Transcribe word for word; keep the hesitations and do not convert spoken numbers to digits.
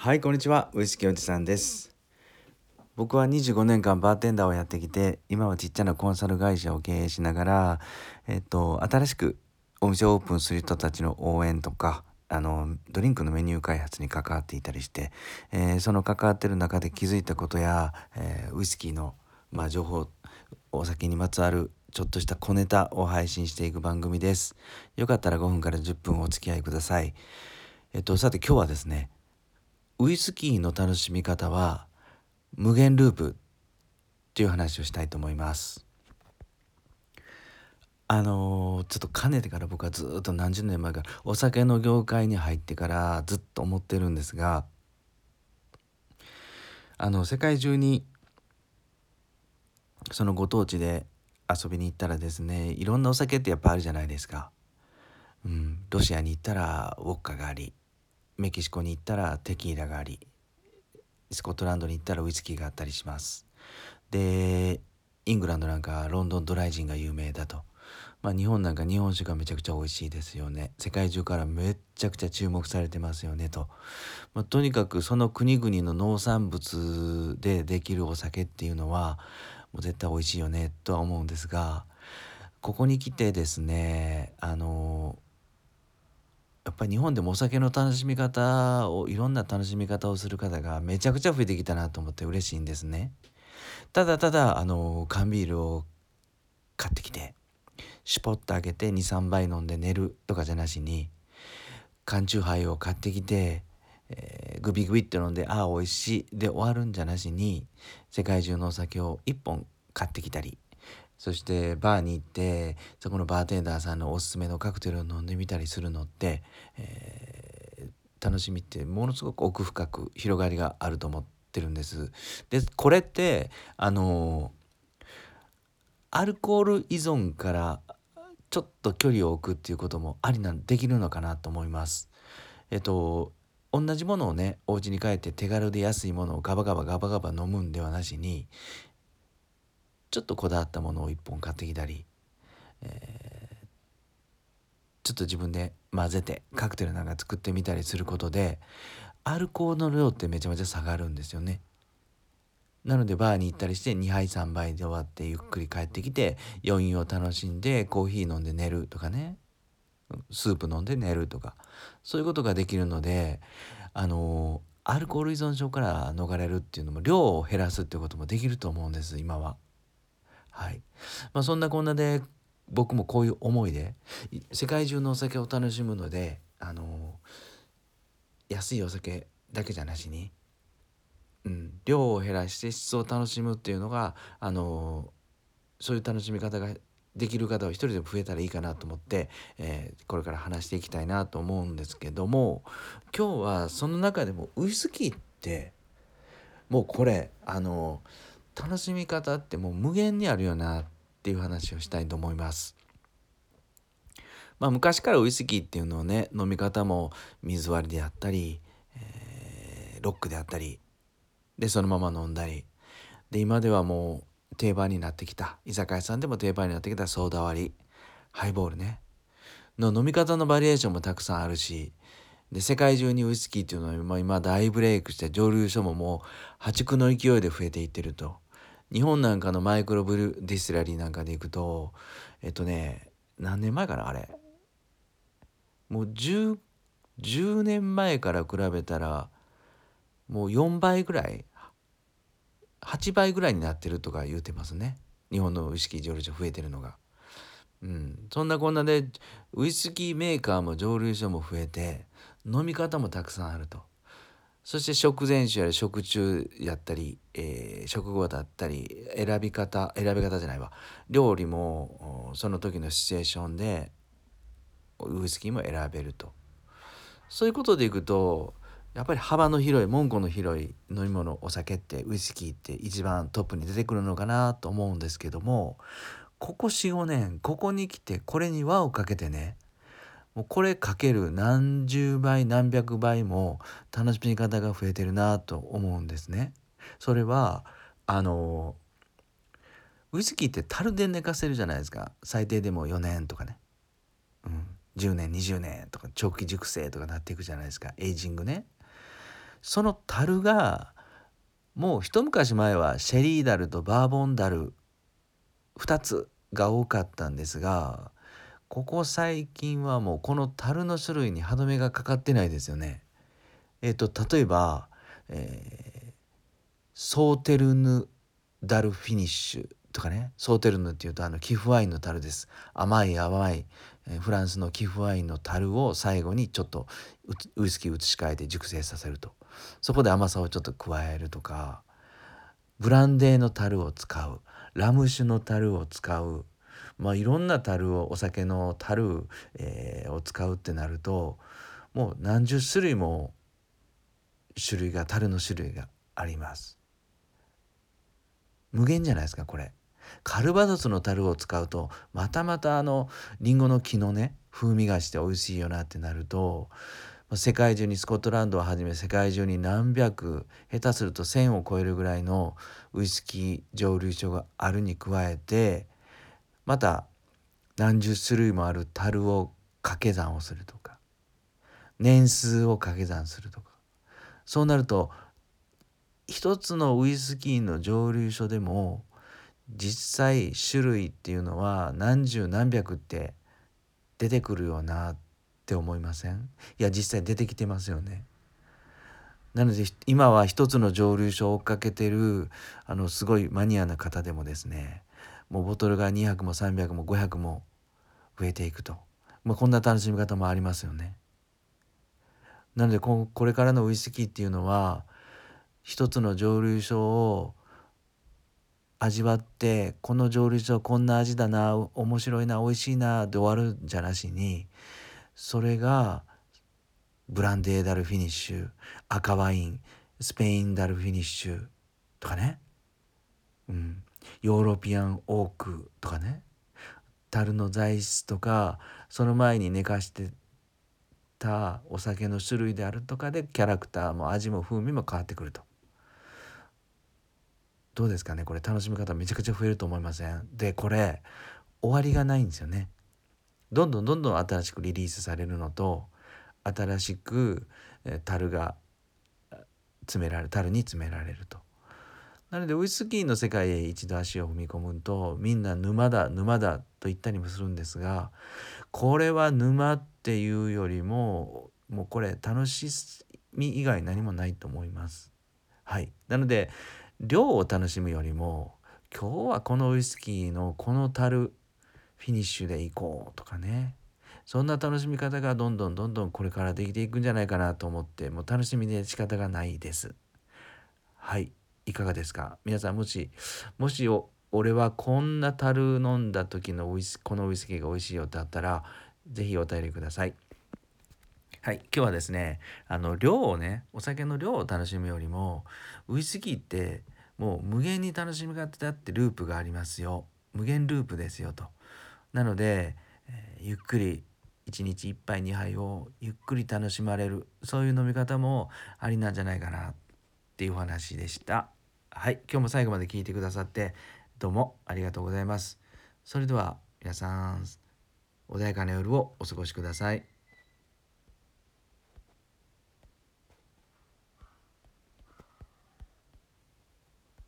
はい、こんにちは。ウイスキーおじさんです。僕はにじゅうごねんかんバーテンダーをやってきて、今はちっちゃなコンサル会社を経営しながら、えっと、新しくお店をオープンする人たちの応援とか、あの、ドリンクのメニュー開発に関わっていたりして、えーその関わってる中で気づいたことや、えーウイスキーの、まあ、情報、お酒にまつわるちょっとした小ネタを配信していく番組です。よかったらごふんからじゅっぷんお付き合いください。えっと、さて今日はですね、ウイスキーの楽しみ方は無限ループっていう話をしたいと思います。あのーちょっとかねてから僕はずっと何十年前からお酒の業界に入ってからずっと思ってるんですが、あの世界中にそのご当地で遊びに行ったらですね、いろんなお酒ってやっぱあるじゃないですか。うん、ロシアに行ったらウォッカがあり、メキシコに行ったらテキーラがあり、スコットランドに行ったらウイスキーがあったりします。で、イングランドなんかロンドンドライジンが有名だと。まあ日本なんか日本酒がめちゃくちゃ美味しいですよね。世界中からめっちゃくちゃ注目されてますよねと。まあ、とにかくその国々の農産物でできるお酒っていうのはもう絶対美味しいよねとは思うんですが、ここに来てですね、あのやっぱり日本でもお酒の楽しみ方をいろんな楽しみ方をする方がめちゃくちゃ増えてきたなと思って嬉しいんですね。ただただあの缶ビールを買ってきてシュポッと開けてにさんばい飲んで寝るとかじゃなしに、缶チューハイを買ってきて、えーグビグビって飲んでああ美味しいで終わるんじゃなしに、世界中のお酒をいっぽん買ってきたり、そしてバーに行ってそこのバーテンダーさんのおすすめのカクテルを飲んでみたりするのって、えー楽しみってものすごく奥深く広がりがあると思ってるんです。でこれってあのアルコール依存からちょっと距離を置くっていうこともありなんできるのかなと思います。えっと同じものをね、お家に帰って手軽で安いものをガバガバガバガバ飲むんではなしに、ちょっとこだわったものをいっぽん買ってきたり、ちょっと自分で混ぜてカクテルなんか作ってみたりすることで、アルコールの量ってめちゃめちゃ下がるんですよね。なのでバーに行ったりしてにはいさんばいで終わってゆっくり帰ってきて余韻を楽しんでコーヒー飲んで寝るとかね、スープ飲んで寝るとか、そういうことができるので、あのアルコール依存症から逃れるっていうのも量を減らすっていうこともできると思うんです今は。はい。まあそんなこんなで僕もこういう思いで世界中のお酒を楽しむので、あの安いお酒だけじゃなしに、うん、量を減らして質を楽しむっていうのが、あのそういう楽しみ方ができる方は一人でも増えたらいいかなと思って、えーこれから話していきたいなと思うんですけども、今日はその中でもウイスキーってもうこれあの楽しみ方ってもう無限にあるよなっていう話をしたいと思います。まあ昔からウイスキーっていうのをね、飲み方も水割りであったり、えーロックであったりでそのまま飲んだりで、今ではもう定番になってきた、居酒屋さんでも定番になってきたソーダ割り、ハイボールねの飲み方のバリエーションもたくさんあるし、で世界中にウイスキーっていうのは今今大ブレイクして蒸留所ももう破竹の勢いで増えていってると。日本なんかのマイクロブルディスティラリーなんかでいくと、えっとね何年前かなあれ、もうじゅう、じゅうねんまえから比べたらもうよんばいぐらい、はちばいぐらいになってるとか言うてますね。日本のウイスキー蒸留所増えてるのが。うん、そんなこんなでウイスキーメーカーも蒸留所も増えて飲み方もたくさんあると。そして食前酒やら食中やったり、えー食後だったり選び方選び方じゃないわ、料理もおその時のシチュエーションでウイスキーも選べると。そういうことでいくとやっぱり幅の広い門戸の広い飲み物、お酒ってウイスキーって一番トップに出てくるのかなと思うんですけども、ここよん、ごねんここに来てこれに輪をかけてね、もうこれかける何十倍何百倍も楽しみ方が増えてるなと思うんですね。それはあのウイスキーって樽で寝かせるじゃないですか。最低でもよねんとかね、うん、じゅうねんにじゅうねんとか長期熟成とかなっていくじゃないですか、エイジングね。 その樽がもう一昔前はシェリー樽とバーボン樽ふたつが多かったんですが、ここ最近はもうこの樽の種類に歯止めがかかってないですよね。えっと例えば、えーソーテルヌダルフィニッシュとかね。ソーテルヌっていうとあの寄付ワインの樽です。甘い甘い、えーフランスの寄付ワインの樽を最後にちょっとウイスキー移し替えて熟成させると、そこで甘さをちょっと加えるとか、ブランデーの樽を使う、ラム酒の樽を使う、まあいろんな樽を、お酒の樽、えーを使うってなると、もう何十種類も種類が樽の種類があります。無限じゃないですかこれ。カルバドスの樽を使うとまたまたあのリンゴの木のね風味がして美味しいよなってなると、世界中にスコットランドをはじめ世界中に何百、下手するとせんを超えるぐらいのウイスキー蒸留所があるに加えて、また何十種類もある樽を掛け算をするとか、年数を掛け算するとか、そうなると一つのウイスキーの蒸留所でも実際種類っていうのは何十何百って出てくるよなって思いません？いや実際出てきてますよね。なので今は一つの蒸留所を追っかけてるあのすごいマニアな方でもですね、もうボトルがにひゃくもさんびゃくもごひゃくも増えていくと、まあ、こんな楽しみ方もありますよね。なのでここれからのウイスキーっていうのは一つの蒸留所を味わって、この蒸留所こんな味だな、面白いな、美味しいなで終わるんじゃなしに、それがブランデーダルフィニッシュ、赤ワイン、スペインダルフィニッシュとかね、うん、ヨーロピアンオークとかね、樽の材質とかその前に寝かしてたお酒の種類であるとかでキャラクターも味も風味も変わってくると。どうですかね、これ楽しみ方めちゃくちゃ増えると思いません？でこれ終わりがないんですよね。どんどんどんどん新しくリリースされるのと、新しく樽が詰められ樽に詰められると。なのでウイスキーの世界へ一度足を踏み込むと、みんな沼だ沼だと言ったりもするんですが、これは沼っていうよりももうこれ楽しみ以外何もないと思います。はい。なので量を楽しむよりも、今日はこのウイスキーのこの樽フィニッシュで行こうとかね、そんな楽しみ方がどんどんどんどんこれからできていくんじゃないかなと思って、もう楽しみで仕方がないです。はい、いかがですか皆さん。もしもしお俺はこんな樽飲んだ時のウイスこのウイスキーが美味しいよってあったら、ぜひお便りください。はい、今日はですね、あの量をね、お酒の量を楽しむよりも、ウイスキーってもう無限に楽しみ方だってループがありますよ。無限ループですよと。なので、えーゆっくりいちにちいっぱいにはいをゆっくり楽しまれる、そういう飲み方もありなんじゃないかなっていうお話でした。はい、今日も最後まで聞いてくださってどうもありがとうございます。それでは皆さん、穏やかな夜をお過ごしください。